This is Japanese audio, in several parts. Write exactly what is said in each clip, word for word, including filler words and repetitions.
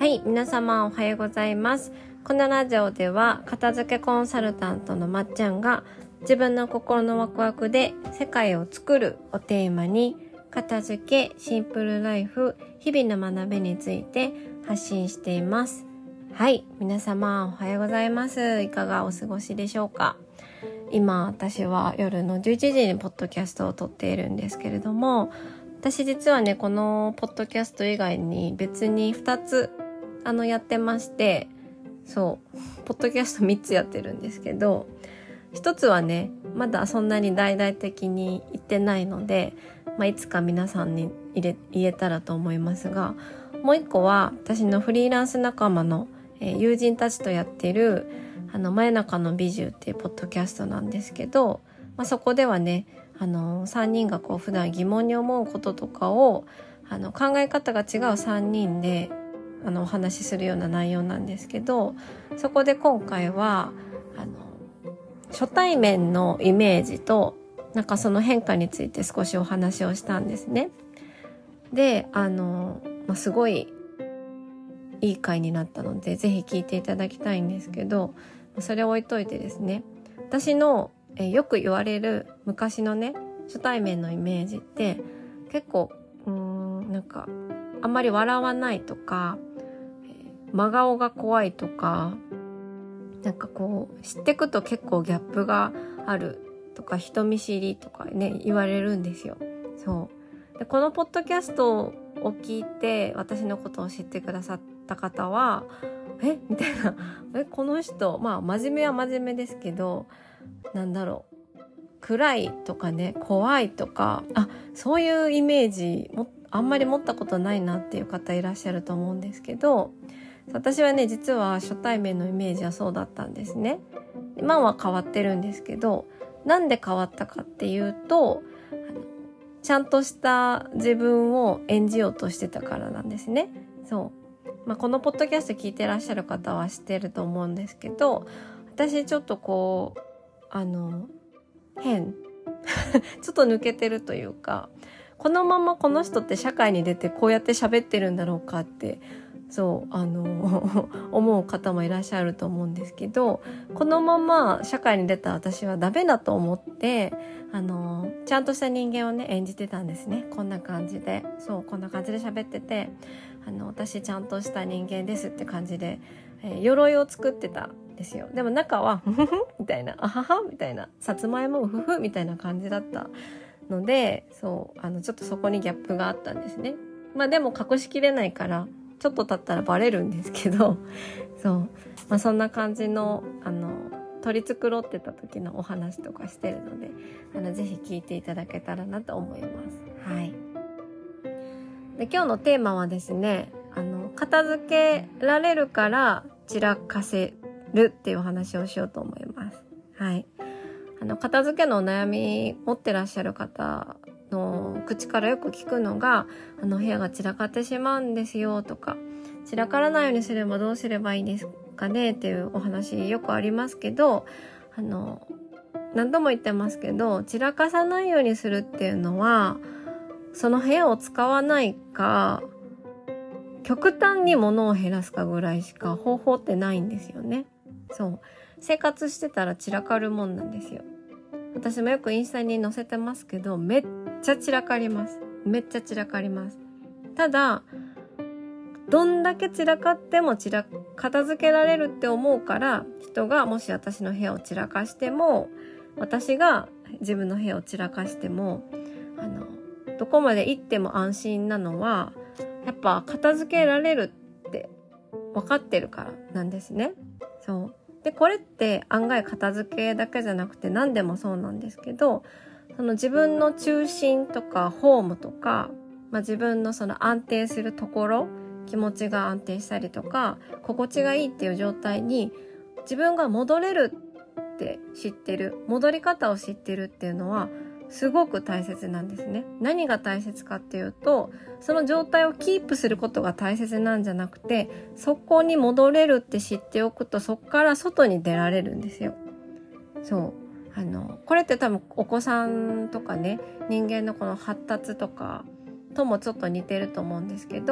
い、皆様おはようございます。このラジオでは片付けコンサルタントのまっちゃんが自分の心のワクワクで世界を作るをテーマに片付け、シンプルライフ、日々の学びについて発信しています。はい、皆様おはようございます。いかがお過ごしでしょうか。今私は夜のじゅういちじにポッドキャストを撮っているんですけれども、私実はねこのポッドキャスト以外に別にふたつあのやってまして、そうポッドキャストみっつやってるんですけど、ひとつはねまだそんなに大々的に言ってないので、まあ、いつか皆さんに入れ言えたらと思いますが、もういっこは私のフリーランス仲間の、えー、友人たちとやってるあの真夜中の美獣っていうポッドキャストなんですけど、まあ、そこではねあのさんにんがこう普段疑問に思うこととかをあの考え方が違うさんにんであのお話しするような内容なんですけど、そこで今回はあの初対面のイメージとなんかその変化について少しお話をしたんですね。であの、まあ、すごいいい回になったのでぜひ聞いていただきたいんですけど、それを置いといてですね、私のえよく言われる昔のね初対面のイメージって結構うーんなんかあんまり笑わないとか、えー、真顔が怖いとか、なんかこう知ってくと結構ギャップがあるとか人見知りとかね言われるんですよ。そうでこのポッドキャストを聞いて私のことを知ってくださった方はえみたいなえこの人まあ真面目は真面目ですけどなんだろう暗いとかね怖いとかあそういうイメージもあんまり持ったことないなっていう方いらっしゃると思うんですけど、私はね実は初対面のイメージはそうだったんですね。今は変わってるんですけど、なんで変わったかっていうとあのちゃんとした自分を演じようとしてたからなんですね。そう、まあ、このポッドキャスト聞いてらっしゃる方は知ってると思うんですけど、私ちょっとこうあの変ちょっと抜けてるというか、このままこの人って社会に出てこうやって喋ってるんだろうかってそうあの思う方もいらっしゃると思うんですけど、このまま社会に出た私はダメだと思ってあのちゃんとした人間をね演じてたんですね。こんな感じでそうこんな感じで喋ってて、あの私ちゃんとした人間ですって感じで、えー、鎧を作ってたんですよ。でも中はフフフみたいなあははみたいなさつまいもフフみたいな感じだったので、そうあのちょっとそこにギャップがあったんですね。まあでも隠しきれないからちょっと経ったらバレるんですけどそう、まあ、そんな感じのあの取り繕ってた時のお話とかしてるので、あのぜひ聞いていただけたらなと思います。はい。で今日のテーマはですね、あの片付けられるから散らかせるっていうお話をしようと思います。はい。あの片付けのお悩み持ってらっしゃる方の口からよく聞くのが、あの部屋が散らかってしまうんですよとか、散らからないようにすればどうすればいいですかねっていうお話よくありますけど、あの何度も言ってますけど、散らかさないようにするっていうのはその部屋を使わないか極端に物を減らすかぐらいしか方法ってないんですよね。そう生活してたら散らかるもんなんですよ。私もよくインスタに載せてますけど、めっちゃ散らかります。めっちゃ散らかります。ただどんだけ散らかっても散ら片付けられるって思うから、人がもし私の部屋を散らかしても、私が自分の部屋を散らかしても、あのどこまで行っても安心なのはやっぱ片付けられるって分かってるからなんですね。そうでこれって案外片付けだけじゃなくて何でもそうなんですけど、その自分の中心とかホームとか、まあ、自分のその安定するところ、気持ちが安定したりとか心地がいいっていう状態に自分が戻れるって知ってる、戻り方を知ってるっていうのはすごく大切なんですね。何が大切かっていうと、その状態をキープすることが大切なんじゃなくて、そこに戻れるって知っておくと、そこから外に出られるんですよ。そうあのこれって多分お子さんとかね、人間のこの発達とかともちょっと似てると思うんですけど、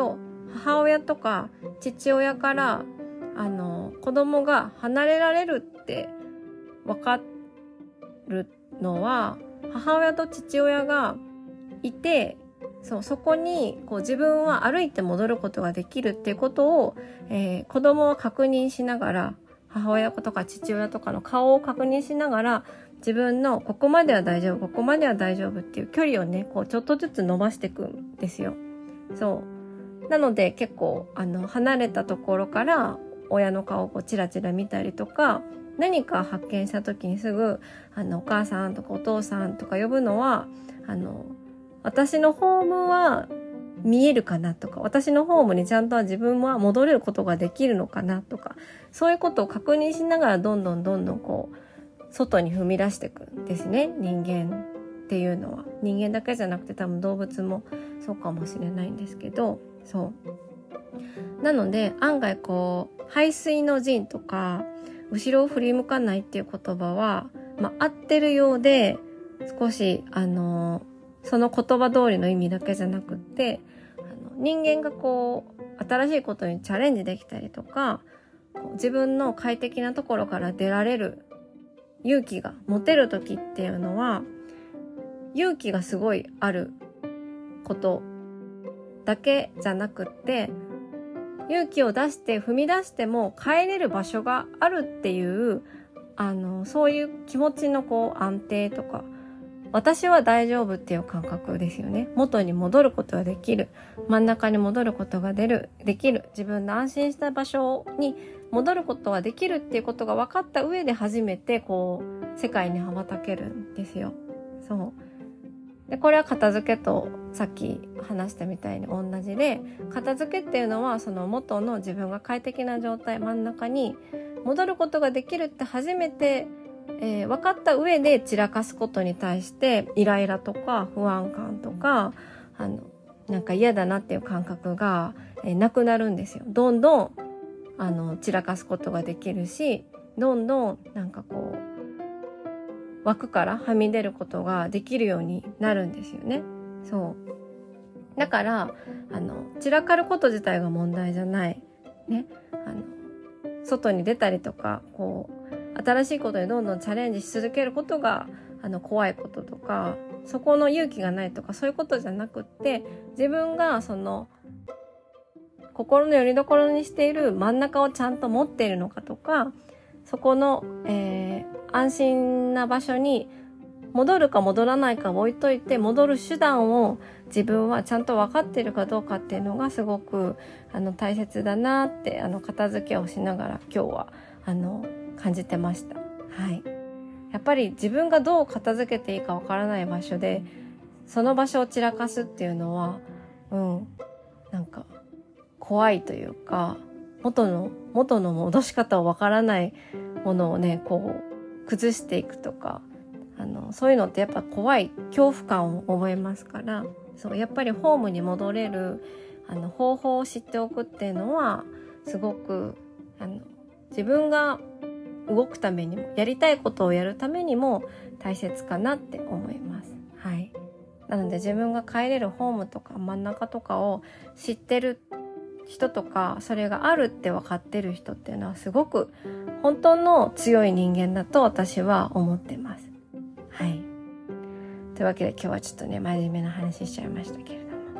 母親とか父親からあの子供が離れられるって分かるのは、母親と父親がいて、そうそこにこう自分は歩いて戻ることができるっていうことを、えー、子供は確認しながら、母親とか父親とかの顔を確認しながら、自分のここまでは大丈夫、ここまでは大丈夫っていう距離をね、こうちょっとずつ伸ばしていくんですよ。そうなので結構あの離れたところから親の顔をこうチラチラ見たりとか、何か発見した時にすぐあのお母さんとかお父さんとか呼ぶのは、あの私のホームは見えるかなとか、私のホームにちゃんと自分は戻れることができるのかなとか、そういうことを確認しながらどんどんどんどんこう外に踏み出していくんですね、人間っていうのは。人間だけじゃなくて多分動物もそうかもしれないんですけど、そうなので案外こう背水の陣とか後ろを振り向かないっていう言葉は、まあ、合ってるようで、少しあのその言葉通りの意味だけじゃなくって、あの人間がこう新しいことにチャレンジできたりとか、こう自分の快適なところから出られる勇気が持てる時っていうのは、勇気がすごいあることだけじゃなくって、勇気を出して踏み出しても帰れる場所があるっていう、あのそういう気持ちのこう安定とか、私は大丈夫っていう感覚ですよね。元に戻ることができる、真ん中に戻ることが出るできる、自分の安心した場所に戻ることができるっていうことが分かった上で初めてこう世界に羽ばたけるんですよ。そうで、これは片付けとさっき話したみたいに同じで、片付けっていうのはその元の自分が快適な状態、真ん中に戻ることができるって初めて、えー、分かった上で散らかすことに対してイライラとか不安感とか、あのなんか嫌だなっていう感覚が、えー、なくなるんですよ。どんどんあの散らかすことができるし、どんどんなんかこう枠からはみ出ることができるようになるんですよね。そうだからあの散らかること自体が問題じゃないね。あの外に出たりとか、こう新しいことにどんどんチャレンジし続けることがあの怖いこととか、そこの勇気がないとか、そういうことじゃなくって、自分がその心の拠り所にしている真ん中をちゃんと持っているのかとか、そこの、えー、安心な場所に戻るか戻らないか置いといて、戻る手段を自分はちゃんと分かっているかどうかっていうのがすごくあの大切だなって、あの片付けをしながら今日はあの感じてました。はい。やっぱり自分がどう片付けていいか分からない場所でその場所を散らかすっていうのは、うんなんか怖いというか、元の元の戻し方を分からないものをね、こう崩していくとか、あのそういうのってやっぱ怖い恐怖感を覚えますから、そうやっぱりホームに戻れるあの方法を知っておくっていうのはすごくあの自分が動くためにも、やりたいことをやるためにも大切かなって思います。はい。なので自分が帰れるホームとか真ん中とかを知ってる人とか、それがあるって分かってる人っていうのはすごく本当の強い人間だと私は思ってます。はい。というわけで今日はちょっとね、真面目な話しちゃいましたけれども、はい、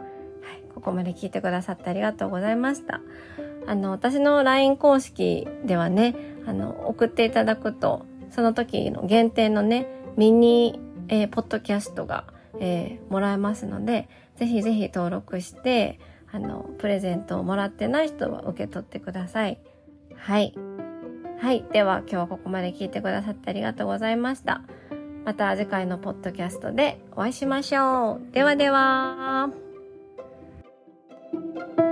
ここまで聞いてくださってありがとうございました。あの私の ライン 公式ではね、あの送っていただくとその時の限定のねミニ、えー、ポッドキャストが、えー、もらえますので、ぜひぜひ登録してあのプレゼントをもらってない人は受け取ってください。はいはい。では今日はここまで聞いてくださってありがとうございました。また次回のポッドキャストでお会いしましょう。ではでは。